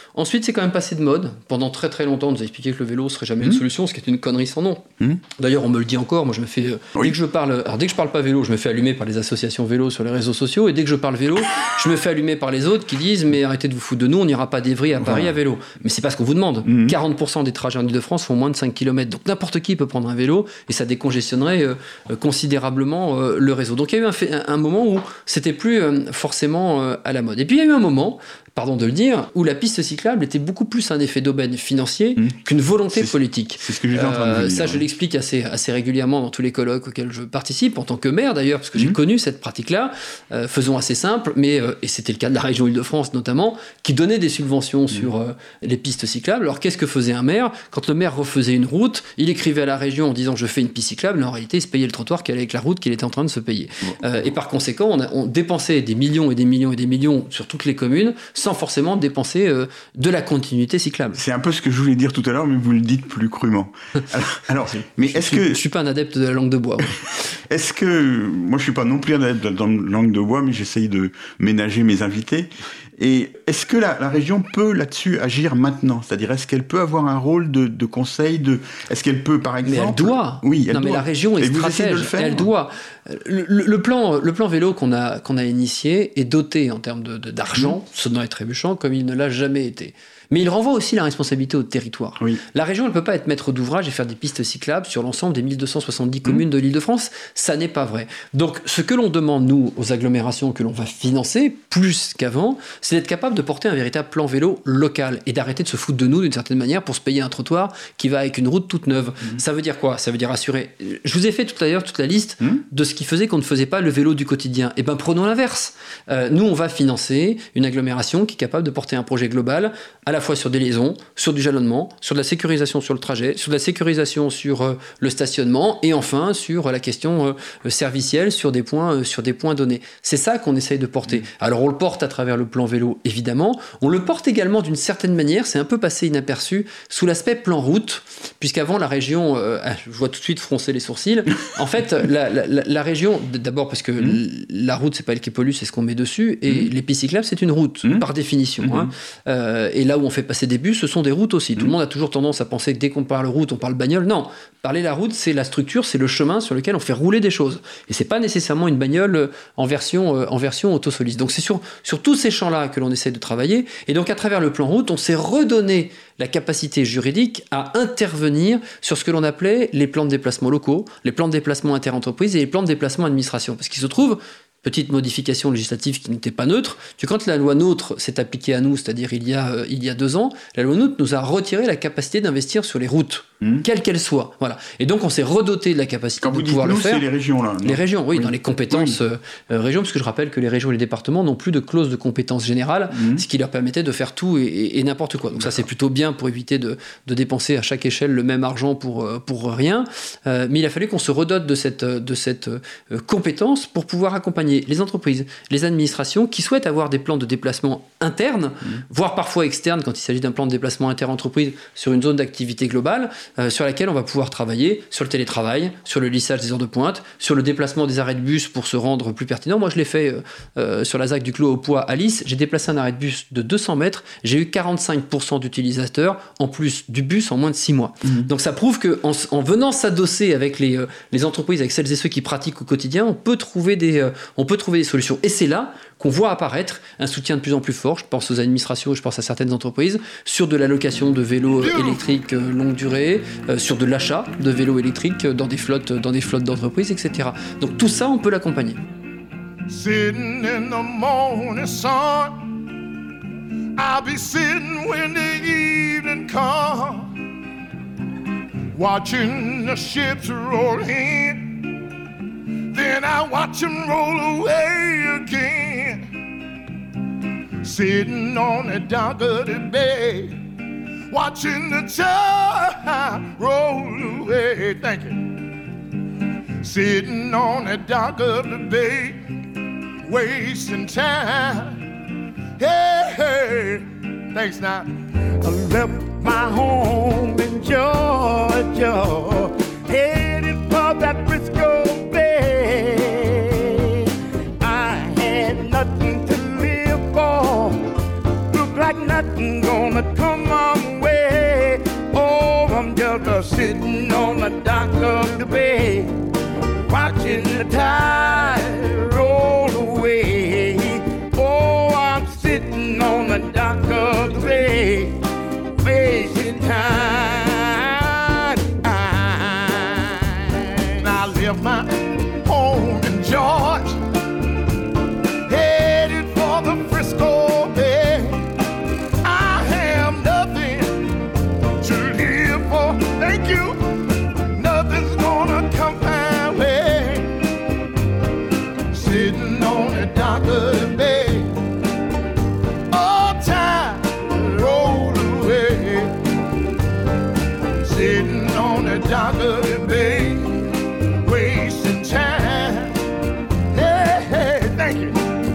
Ensuite, c'est quand même passé de mode. Pendant très très longtemps, on nous a expliqué que le vélo serait jamais mmh. une solution, ce qui est une connerie sans nom. Mmh. D'ailleurs, on me le dit encore. Moi, je me fais euh, oui. dès que je parle, alors dès que je parle pas vélo, je me fais allumer par les associations vélo sur les réseaux sociaux, et dès que je parle vélo, je me fais allumer par les autres qui disent mais arrêtez de vous foutre de nous, on n'ira pas d'Evry à Paris voilà. à vélo. Mais c'est pas ce qu'on vous demande. Mmh. quarante pour cent des trajets en Ile-de-France font moins de cinq kilomètres, donc n'importe qui peut prendre un vélo et ça décongestionnerait euh, considérablement euh, le réseau. Donc il y a eu un, fait, un, un moment où c'était plus euh, forcément euh, à la mode. Et puis il y a eu un moment, pardon de le dire, où la piste cyclable était beaucoup plus un effet d'aubaine financier mmh. qu'une volonté c'est, politique. C'est ce que j'étais en train de dire. Euh, ça, je l'explique assez, assez régulièrement dans tous les colloques auxquels je participe, en tant que maire d'ailleurs, parce que mmh. j'ai connu cette pratique-là. Euh, faisons assez simple, mais euh, et c'était le cas de la région Île-de-France notamment, qui donnait des subventions mmh. sur euh, les pistes cyclables. Alors qu'est-ce que faisait un maire ? Quand le maire refaisait une route, il écrivait à la région en disant je fais une piste cyclable, mais en réalité il se payait le trottoir qui allait avec la route qu'il était en train de se payer. Mmh. Euh, et par conséquent, on, a, on dépensait des millions et des millions et des millions sur toutes les communes, sans forcément dépenser euh, de la continuité cyclable. C'est un peu ce que je voulais dire tout à l'heure, mais vous le dites plus crûment. Alors, alors mais est-ce que... Je ne suis pas un adepte de la langue de bois. Ouais. Est-ce que... Moi, je ne suis pas non plus un adepte de la langue de bois, mais j'essaye de ménager mes invités. Et est-ce que la, la région peut là-dessus agir maintenant ? C'est-à-dire, est-ce qu'elle peut avoir un rôle de, de conseil de... Est-ce qu'elle peut, par exemple... Mais elle doit. Oui, elle non, doit. Mais la région est et stratège. Vous de le faire, elle doit. Le, le, le, plan, le plan vélo qu'on a, qu'on a initié est doté en termes de, de, d'argent, mmh. sonnant et trébuchant, comme il ne l'a jamais été. Mais il renvoie aussi la responsabilité au territoire. Oui. La région, elle ne peut pas être maître d'ouvrage et faire des pistes cyclables sur l'ensemble des mille deux cent soixante-dix mmh. communes de l'Île-de-France. Ça n'est pas vrai. Donc, ce que l'on demande, nous, aux agglomérations que l'on va financer, plus qu'avant, c'est d'être capable de porter un véritable plan vélo local et d'arrêter de se foutre de nous, d'une certaine manière, pour se payer un trottoir qui va avec une route toute neuve. Mmh. Ça veut dire quoi ? Ça veut dire assurer... Je vous ai fait tout à l'heure toute la liste mmh. de ce qui faisait qu'on ne faisait pas le vélo du quotidien. Eh bien, prenons l'inverse. Euh, nous, on va financer une agglomération qui est capable de porter un projet global, à la fois sur des liaisons, sur du jalonnement, sur de la sécurisation sur le trajet, sur de la sécurisation sur euh, le stationnement et enfin sur euh, la question euh, servicielle sur des points, euh, sur des points donnés. C'est ça qu'on essaye de porter. Mmh. Alors on le porte à travers le plan vélo, évidemment. On le porte également d'une certaine manière, c'est un peu passé inaperçu, sous l'aspect plan route, puisqu'avant la région, euh, je vois tout de suite froncer les sourcils, en fait la, la, la région, d'abord parce que mmh. la route c'est pas elle qui pollue, c'est ce qu'on met dessus, et mmh. les pistes cyclables c'est une route, mmh. par définition. Mmh. Hein. Euh, et là où on fait passer des bus, ce sont des routes aussi. Mmh. Tout le monde a toujours tendance à penser que dès qu'on parle route, on parle bagnole. Non, parler la route, c'est la structure, c'est le chemin sur lequel on fait rouler des choses. Et c'est pas nécessairement une bagnole en version, euh, en version autosoliste. Donc c'est sur, sur tous ces champs-là que l'on essaie de travailler. Et donc à travers le plan route, on s'est redonné la capacité juridique à intervenir sur ce que l'on appelait les plans de déplacement locaux, les plans de déplacement interentreprises et les plans de déplacement administration. Parce qu'il se trouve... Petite modification législative qui n'était pas neutre, que quand la loi NOTRe s'est appliquée à nous, c'est-à-dire il y a, euh, il y a deux ans, la loi NOTRe nous a retiré la capacité d'investir sur les routes, mmh. quelles qu'elles soient. Voilà. Et donc on s'est redoté de la capacité quand de pouvoir nous, le faire. C'est les régions là. Non les régions, oui, oui, dans les compétences oui. euh, régions, parce que je rappelle que les régions et les départements n'ont plus de clause de compétence générale, mmh. ce qui leur permettait de faire tout et, et, et n'importe quoi. Donc D'accord. ça c'est plutôt bien pour éviter de, de dépenser à chaque échelle le même argent pour, pour rien. Euh, mais il a fallu qu'on se redote de cette, de cette euh, compétence pour pouvoir accompagner les entreprises, les administrations qui souhaitent avoir des plans de déplacement internes, mmh. voire parfois externes quand il s'agit d'un plan de déplacement inter-entreprise sur une zone d'activité globale, euh, sur laquelle on va pouvoir travailler sur le télétravail, sur le lissage des heures de pointe, sur le déplacement des arrêts de bus pour se rendre plus pertinent. Moi, je l'ai fait euh, euh, sur la Z A C du Clos au Poix à Lys. J'ai déplacé un arrêt de bus de deux cents mètres. J'ai eu quarante-cinq pour cent d'utilisateurs en plus du bus en moins de six mois. Mmh. Donc ça prouve qu'en en venant s'adosser avec les, euh, les entreprises, avec celles et ceux qui pratiquent au quotidien, on peut trouver des, euh, on peut trouver des solutions. Et c'est là qu'on voit apparaître un soutien de plus en plus fort, je pense aux administrations, je pense à certaines entreprises, sur de la location de vélos électriques longue durée, euh, sur de l'achat de vélos électriques dans des flottes, dans des flottes d'entreprises, et cetera. Donc tout ça, on peut l'accompagner. Sitting in the morning sun, I'll be sitting when the evening comes, watching the ships roll in. Then I watch them roll away again. Sitting on the dock of the bay, watching the tide roll away. Thank you. Sitting on the dock of the bay, wasting time. Hey, hey. Thanks now. I left my home in Georgia, headed for that Briscoe Bay. I had nothing to live for, looked like nothing gonna the tide roll away. Oh, I'm sitting on the dock of the bay, wasting time. I left my home in Georgia, headed for the Frisco Bay. I have nothing to live for. Thank you. Nothing's gonna come my way. Sitting on the dock of the bay. Oh, time roll away. Sitting on the dock of the bay, wasting time. Hey, hey, thank you.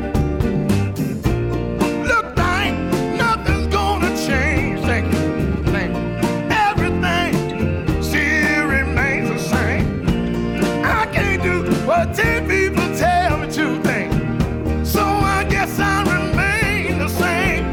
Look, thank, nothing's gonna change. Thank you, thank you. Everything still remains the same. I can't do what ten people tell me to think, so I guess I remain the same.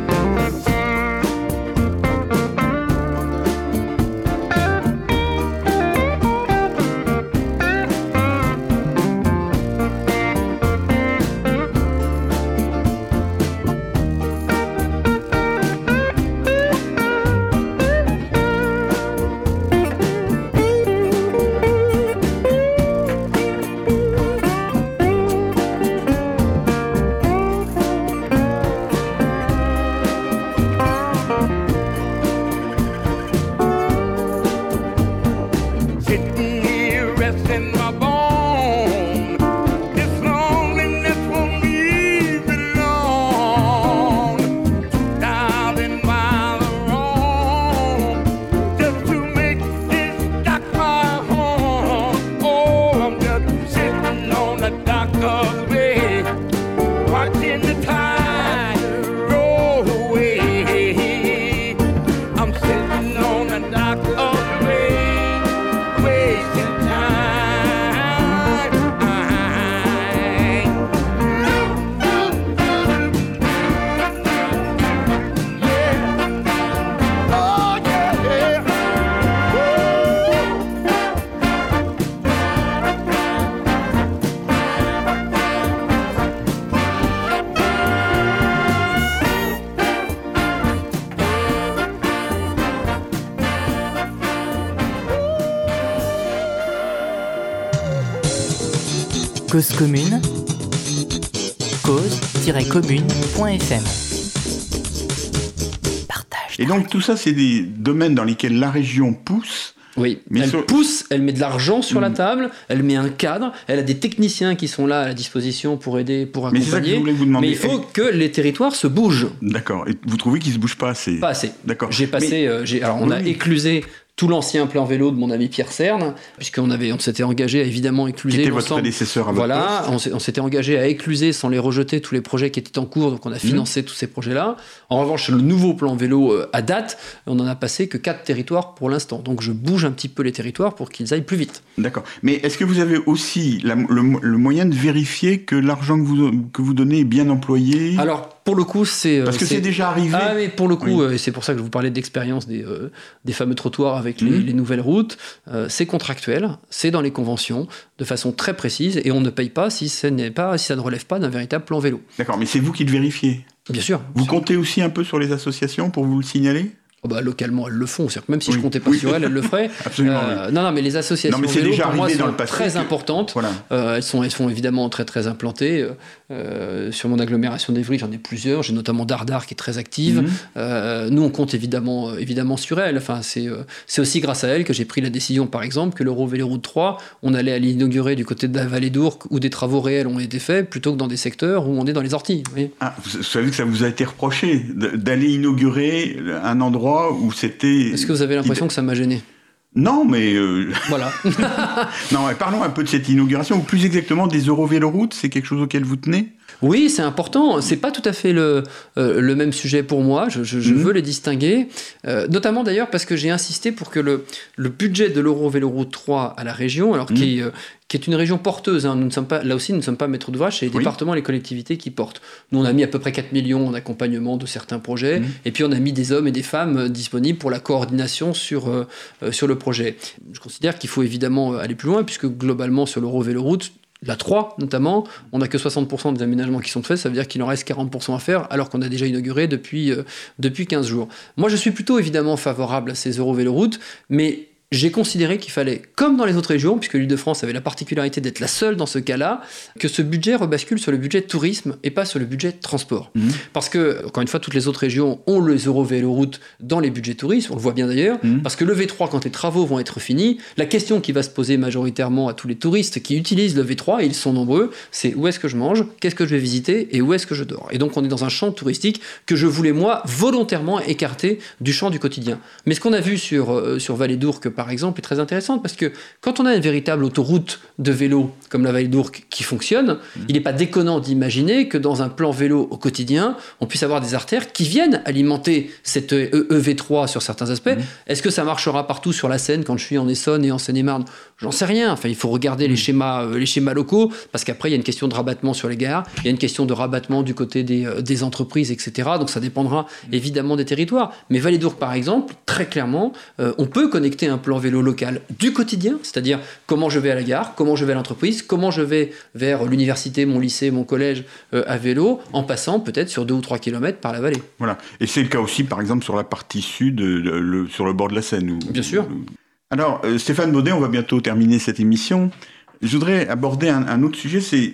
Sitting here resting my bone. This loneliness won't leave me alone. two thousand miles around just to make this dock my home. Oh, I'm just sitting on the dock of the bay, watching the tide roll away. I'm sitting on the dock of the bay, wasting time. Yeah. Oh, yeah, yeah. Cause commune, cause tiret commune point f m. Partage. Et donc tout ça, c'est des domaines dans lesquels la région pousse. Oui, Mais elle sur- pousse, elle met de l'argent sur la Mm. table, elle met un cadre, elle a des techniciens qui sont là à la disposition pour aider, pour Mais c'est ça que je accompagner. voulais vous demander. Mais il faut que les territoires se bougent. D'accord. Et vous trouvez qu'ils se bougent pas assez? Pas assez. D'accord. J'ai passé, Mais- euh, j'ai, alors on Oui, a oui. éclusé tout l'ancien plan vélo de mon ami Pierre Cerne, puisqu'on avait, on s'était engagé à évidemment Qui écluser était votre l'ensemble. prédécesseur à votre Voilà, poste. on, s'est- on s'était engagé à écluser sans les rejeter tous les projets qui étaient en cours, donc on a financé tous ces projets-là. En revanche, le nouveau plan vélo euh, à date, on n'en a passé que quatre territoires pour l'instant. Donc je bouge un petit peu les territoires pour qu'ils aillent plus vite. D'accord. Mais est-ce que vous avez aussi la- le, le moyen de vérifier que l'argent que vous, que vous donnez est bien employé? Alors, pour le coup, c'est... euh, Parce que c'est déjà arrivé. Ah, mais pour le coup, Oui. euh, et c'est pour ça que je vous parlais de l'expérience des, euh, des fameux trottoirs avec les, Mhm. les nouvelles routes. Euh, c'est contractuel, c'est dans les conventions, de façon très précise, et on ne paye pas si, ce n'est pas, si ça ne relève pas d'un véritable plan vélo. D'accord, mais c'est vous qui le vérifiez. Bien sûr. Vous Bien sûr. comptez aussi un peu sur les associations pour vous le signaler? Oh bah, localement, elles le font. C'est-à-dire que même si Oui. je comptais pas Oui. sur elles, elles le feraient. Absolument, Euh, Non, non, mais les associations Non, mais c'est vélo, déjà pour moi, arrivé sont dans le passé très que- importantes. Voilà. Euh, elles, sont, elles sont évidemment très très implantées. Euh, sur mon agglomération d'Evry, j'en ai plusieurs. J'ai notamment Dardar qui est très active. Mhm. Euh, nous, on compte évidemment, euh, évidemment sur elles. Enfin, c'est, euh, c'est aussi grâce à elles que j'ai pris la décision, par exemple, que l'Eurovéloroute trois, on allait à l'inaugurer du côté de la vallée d'Ourcq où des travaux réels ont été faits, plutôt que dans des secteurs où on est dans les orties. Vous voyez. Ah, vous savez que ça vous a été reproché de- d'aller inaugurer un endroit où c'était... Est-ce que vous avez l'impression que ça m'a gêné ? Non, mais... euh, Voilà. non, mais parlons un peu de cette inauguration, ou plus exactement des Eurovéloroutes, c'est quelque chose auquel vous tenez? Oui, c'est important. C'est pas tout à fait le, euh, le même sujet pour moi. Je, je, je mmh. veux les distinguer. Euh, notamment d'ailleurs parce que j'ai insisté pour que le, le budget de l'Eurovéloroute trois à la région, alors mmh. qui, euh, qui est une région porteuse, hein, nous ne sommes pas, là aussi nous ne sommes pas maîtres d'ouvrage, c'est les oui. départements et les collectivités qui portent. Nous on a mis à peu près quatre millions en accompagnement de certains projets, mmh. et puis on a mis des hommes et des femmes disponibles pour la coordination sur, euh, sur le projet. Je considère qu'il faut évidemment aller plus loin, puisque globalement sur l'Eurovéloroute, la trois notamment, on n'a que soixante pour cent des aménagements qui sont faits, ça veut dire qu'il en reste quarante pour cent à faire, alors qu'on a déjà inauguré depuis, euh, depuis quinze jours. Moi je suis plutôt évidemment favorable à ces Eurovéloroutes, mais j'ai considéré qu'il fallait, comme dans les autres régions, puisque l'Île-de-France avait la particularité d'être la seule dans ce cas-là, que ce budget rebascule sur le budget tourisme et pas sur le budget transport. Mmh. Parce que, encore une fois, toutes les autres régions ont les Eurovéloroutes dans les budgets tourisme, on le voit bien d'ailleurs, mmh. parce que le V trois, quand les travaux vont être finis, la question qui va se poser majoritairement à tous les touristes qui utilisent le V trois, et ils sont nombreux, c'est où est-ce que je mange, qu'est-ce que je vais visiter et où est-ce que je dors. Et donc on est dans un champ touristique que je voulais, moi, volontairement écarter du champ du quotidien. Mais ce qu'on a vu sur, euh, sur Vallée d'Ourcq, par exemple, est très intéressante parce que quand on a une véritable autoroute de vélo comme la Vallée d'Ourcq qui fonctionne, mmh. il n'est pas déconnant d'imaginer que dans un plan vélo au quotidien, on puisse avoir des artères qui viennent alimenter cette E V trois sur certains aspects. Mmh. Est-ce que ça marchera partout sur la Seine quand je suis en Essonne et en Seine-et-Marne ? J'en sais rien. Enfin, il faut regarder mmh. les schémas, euh, les schémas locaux parce qu'après, il y a une question de rabattement sur les gares, il y a une question de rabattement du côté des, euh, des entreprises, et cetera. Donc ça dépendra mmh. évidemment des territoires. Mais Vallée d'Ourcq, par exemple, très clairement, euh, on peut connecter un plan vélo local du quotidien, c'est-à-dire comment je vais à la gare, comment je vais à l'entreprise, comment je vais vers l'université, mon lycée, mon collège euh, à vélo, en passant peut-être sur deux ou trois kilomètres par la vallée. Voilà. Et c'est le cas aussi, par exemple, sur la partie sud, le, le, sur le bord de la Seine. Où, Bien sûr. Où... Alors, euh, Stéphane Baudet, on va bientôt terminer cette émission. Je voudrais aborder un, un autre sujet, c'est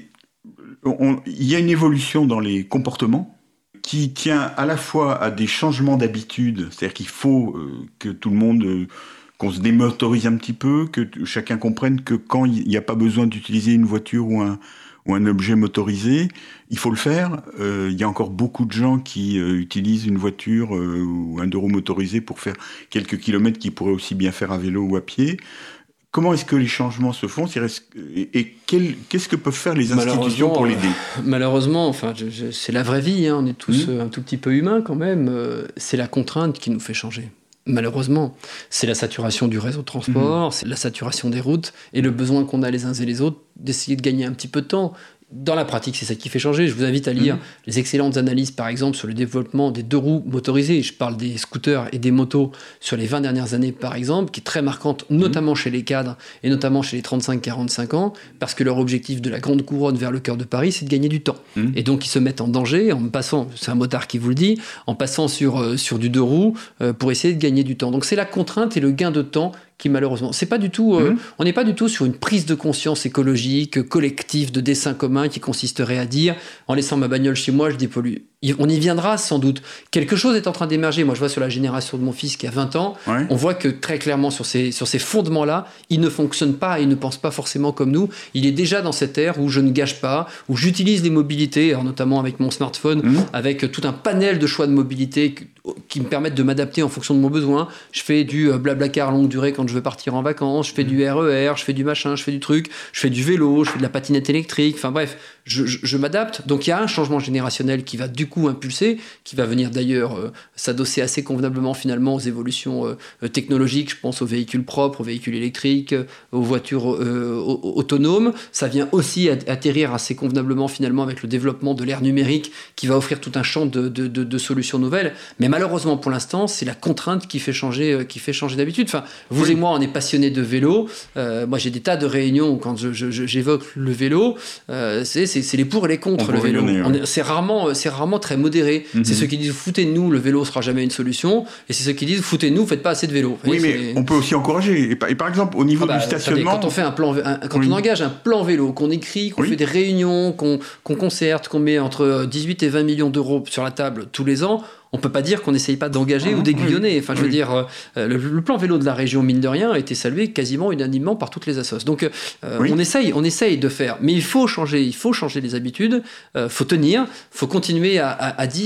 on, il y a une évolution dans les comportements qui tient à la fois à des changements d'habitude, c'est-à-dire qu'il faut euh, que tout le monde... Euh, qu'on se démotorise un petit peu, que t- chacun comprenne que quand il n'y a pas besoin d'utiliser une voiture ou un, ou un objet motorisé, il faut le faire. Euh, il y a encore beaucoup de gens qui euh, utilisent une voiture euh, ou un deux roues motorisé pour faire quelques kilomètres qu'ils pourraient aussi bien faire à vélo ou à pied. Comment est-ce que les changements se font et, et quel, qu'est-ce que peuvent faire les institutions pour l'aider ? Malheureusement, enfin, je, je, c'est la vraie vie, hein, on est tous mmh. un tout petit peu humains quand même, euh, c'est la contrainte qui nous fait changer. Malheureusement, c'est la saturation du réseau de transport, mmh. c'est la saturation des routes et le besoin qu'on a les uns et les autres d'essayer de gagner un petit peu de temps. Dans la pratique, c'est ça qui fait changer. Je vous invite à lire mmh. les excellentes analyses, par exemple, sur le développement des deux roues motorisées. Je parle des scooters et des motos sur les vingt dernières années, par exemple, qui est très marquante, notamment mmh. chez les cadres et notamment chez les trente-cinq à quarante-cinq ans, parce que leur objectif de la grande couronne vers le cœur de Paris, c'est de gagner du temps. Mmh. Et donc, ils se mettent en danger en passant, c'est un motard qui vous le dit, en passant sur, euh, sur du deux roues euh, pour essayer de gagner du temps. Donc, c'est la contrainte et le gain de temps qui malheureusement, c'est pas du tout, euh, mmh. on n'est pas du tout sur une prise de conscience écologique, collective, de dessin commun qui consisterait à dire, en laissant ma bagnole chez moi, je dépollue. On y viendra sans doute. Quelque chose est en train d'émerger. Moi, je vois sur la génération de mon fils qui a vingt ans, ouais. on voit que très clairement, sur ces, sur ces fondements-là, il ne fonctionne pas, il ne pense pas forcément comme nous. Il est déjà dans cette ère où je ne gâche pas, où j'utilise les mobilités, alors notamment avec mon smartphone, mmh. avec tout un panel de choix de mobilité qui me permettent de m'adapter en fonction de mon besoin. Je fais du blablacar longue durée quand je veux partir en vacances, je fais mmh. du R E R, je fais du machin, je fais du truc, je fais du vélo, je fais de la patinette électrique, enfin bref, je, je, je m'adapte. Donc il y a un changement générationnel qui va du coup impulsé, qui va venir d'ailleurs euh, s'adosser assez convenablement finalement aux évolutions euh, technologiques. Je pense aux véhicules propres, aux véhicules électriques, euh, aux voitures euh, autonomes. Ça vient aussi atterrir assez convenablement finalement avec le développement de l'ère numérique qui va offrir tout un champ de, de, de, de solutions nouvelles. Mais malheureusement pour l'instant, c'est la contrainte qui fait changer, euh, qui fait changer d'habitude. Enfin, vous oui. et moi, on est passionnés de vélo. Euh, moi, j'ai des tas de réunions où quand je, je, je, j'évoque le vélo, euh, c'est, c'est, c'est les pour et les contre le vélo. Rayonner, ouais. on est, c'est rarement, c'est rarement très modéré. Mm-hmm. C'est ceux qui disent foutez-nous, le vélo sera jamais une solution, et c'est ceux qui disent foutez-nous, faites pas assez de vélo. Oui, et mais c'est... on peut aussi encourager. Et par, et par exemple, au niveau ah bah, du stationnement, attendez, quand on fait un plan, un, quand oui. on engage un plan vélo, qu'on écrit, qu'on oui. fait des réunions, qu'on, qu'on concerte, qu'on met entre dix-huit et vingt millions d'euros sur la table tous les ans. On peut pas dire qu'on n'essaye pas d'engager ah, ou d'aiguillonner. Enfin, je oui. veux dire, euh, le, le plan vélo de la région, mine de rien, a été salué quasiment unanimement par toutes les assos. Donc, euh, oui. on essaye, on essaye de faire. Mais il faut changer, il faut changer les habitudes. Euh, faut tenir, faut continuer à, à, à dire.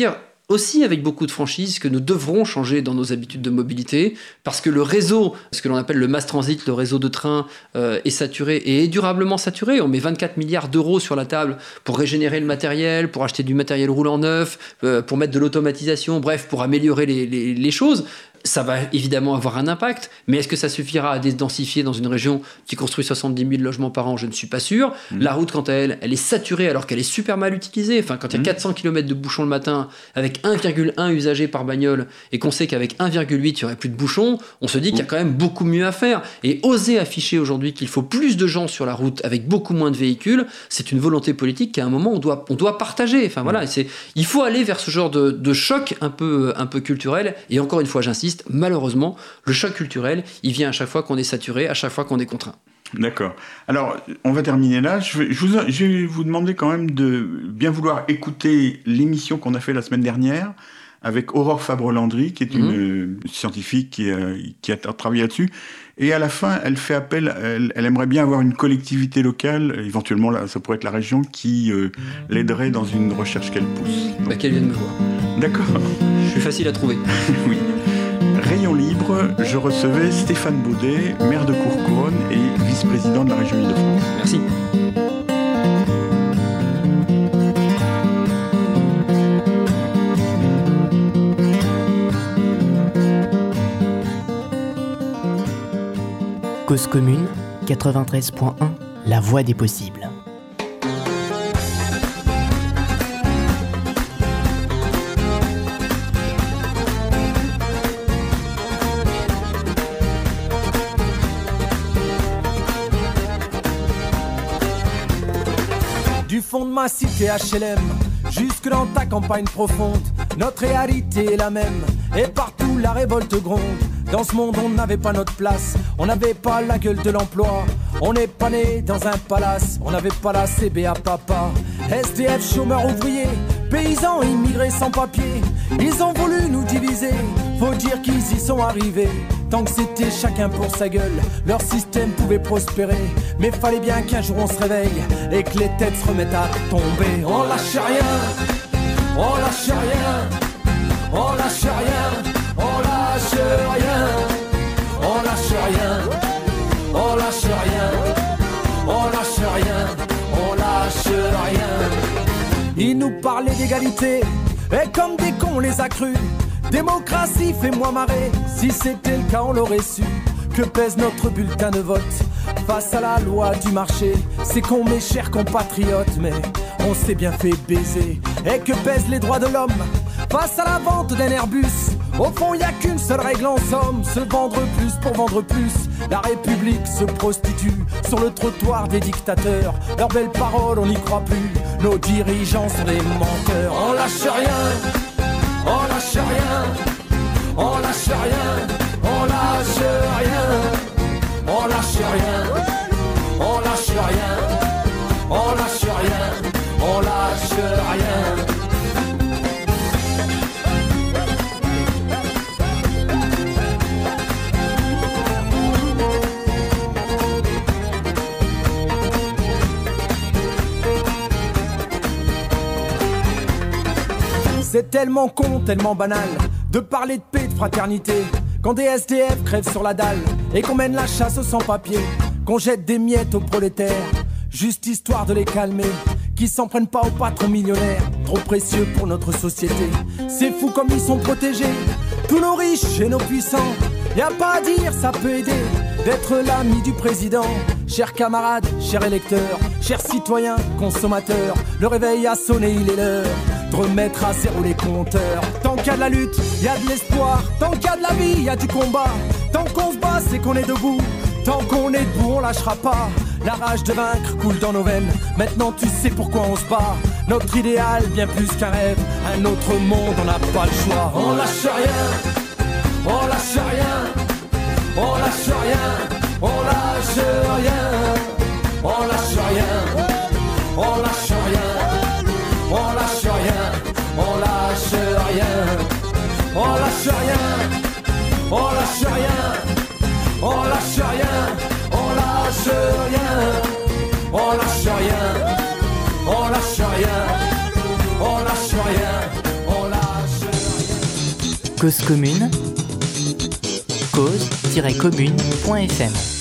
aussi avec beaucoup de franchises que nous devrons changer dans nos habitudes de mobilité, parce que le réseau, ce que l'on appelle le mass transit, le réseau de train, euh, est saturé et est durablement saturé. On met vingt-quatre milliards d'euros sur la table pour régénérer le matériel, pour acheter du matériel roulant neuf, euh, pour mettre de l'automatisation, bref, pour améliorer les, les, les choses. Ça va évidemment avoir un impact, mais est-ce que ça suffira à dédensifier dans une région qui construit soixante-dix mille logements par an? Je ne suis pas sûr. Mmh. La route, quant à elle, elle est saturée alors qu'elle est super mal utilisée. Enfin, quand il y a mmh. quatre cents kilomètres de bouchons le matin, avec un virgule un usagers par bagnole, et qu'on sait qu'avec un virgule huit, il n'y aurait plus de bouchons, on se dit mmh. qu'il y a quand même beaucoup mieux à faire. Et oser afficher aujourd'hui qu'il faut plus de gens sur la route avec beaucoup moins de véhicules, c'est une volonté politique qu'à un moment, on doit, on doit partager. Enfin, voilà, mmh. c'est, il faut aller vers ce genre de, de choc un peu, un peu culturel. Et encore une fois, j'insiste, malheureusement, le choc culturel, il vient à chaque fois qu'on est saturé, à chaque fois qu'on est contraint. D'accord. Alors, on va terminer là. Je vais, je, vous, je vais vous demander quand même de bien vouloir écouter l'émission qu'on a fait la semaine dernière avec Aurore Fabre-Landry, qui est une mmh. scientifique qui a, qui a travaillé là-dessus. Et à la fin, elle fait appel, elle, elle aimerait bien avoir une collectivité locale, éventuellement, là, ça pourrait être la région, qui euh, l'aiderait dans une recherche qu'elle pousse. Bah, qu'elle vienne me voir. D'accord. Je suis facile à trouver. Oui. Rayon libre, je recevais Stéphane Baudet, maire de Courcouronnes et vice-président de la région Île-de-France. Merci. Cause commune, quatre-vingt-treize point un, la voix des possibles. Du fond de ma cité H L M, jusque dans ta campagne profonde, notre réalité est la même, et partout la révolte gronde. Dans ce monde on n'avait pas notre place, on n'avait pas la gueule de l'emploi, on n'est pas né dans un palace, on n'avait pas la C B A papa. S D F, chômeurs ouvriers, paysans immigrés sans papier, ils ont voulu nous diviser, faut dire qu'ils y sont arrivés. Tant que c'était chacun pour sa gueule, leur système pouvait prospérer. Mais fallait bien qu'un jour on se réveille et que les têtes se remettent à tomber. On lâche rien, on lâche rien, on lâche rien, on lâche rien, on lâche rien, on lâche rien, on lâche rien, on lâche rien. Ils nous parlaient d'égalité, et comme des cons on les a crus. Démocratie, fais-moi marrer, si c'était le cas on l'aurait su. Que pèse notre bulletin de vote face à la loi du marché? C'est con mes chers compatriotes, mais on s'est bien fait baiser. Et que pèsent les droits de l'homme face à la vente d'un Airbus? Au fond y a qu'une seule règle en somme, se vendre plus pour vendre plus. La République se prostitue sur le trottoir des dictateurs. Leurs belles paroles on n'y croit plus, nos dirigeants sont des menteurs. On lâche rien, on lâche rien, on lâche rien, on lâche rien, on lâche rien, on lâche rien, on lâche rien, on lâche rien. C'est tellement con, tellement banal de parler de paix, de fraternité, quand des S D F crèvent sur la dalle et qu'on mène la chasse aux sans-papiers, qu'on jette des miettes aux prolétaires, juste histoire de les calmer, qui s'en prennent pas aux patrons millionnaires, trop précieux pour notre société. C'est fou comme ils sont protégés, tous nos riches et nos puissants. Y a pas à dire, ça peut aider d'être l'ami du président. Chers camarades, chers électeurs, chers citoyens, consommateurs, le réveil a sonné, il est l'heure de remettre à zéro les compteurs. Tant qu'il y a de la lutte, il y a de l'espoir. Tant qu'il y a de la vie, il y a du combat. Tant qu'on se bat, c'est qu'on est debout. Tant qu'on est debout, on lâchera pas. La rage de vaincre coule dans nos veines. Maintenant tu sais pourquoi on se bat. Notre idéal, bien plus qu'un rêve. Un autre monde, on n'a pas le choix. On lâche rien, on lâche rien, on lâche rien, on lâche rien, on lâche rien, on lâche rien, on lâche rien, on lâche rien, on lâche rien, on lâche rien, on lâche rien, on lâche rien, on lâche rien, on lâche rien, on lâche rien, on lâche Cause commune, cause tiret commune point f m.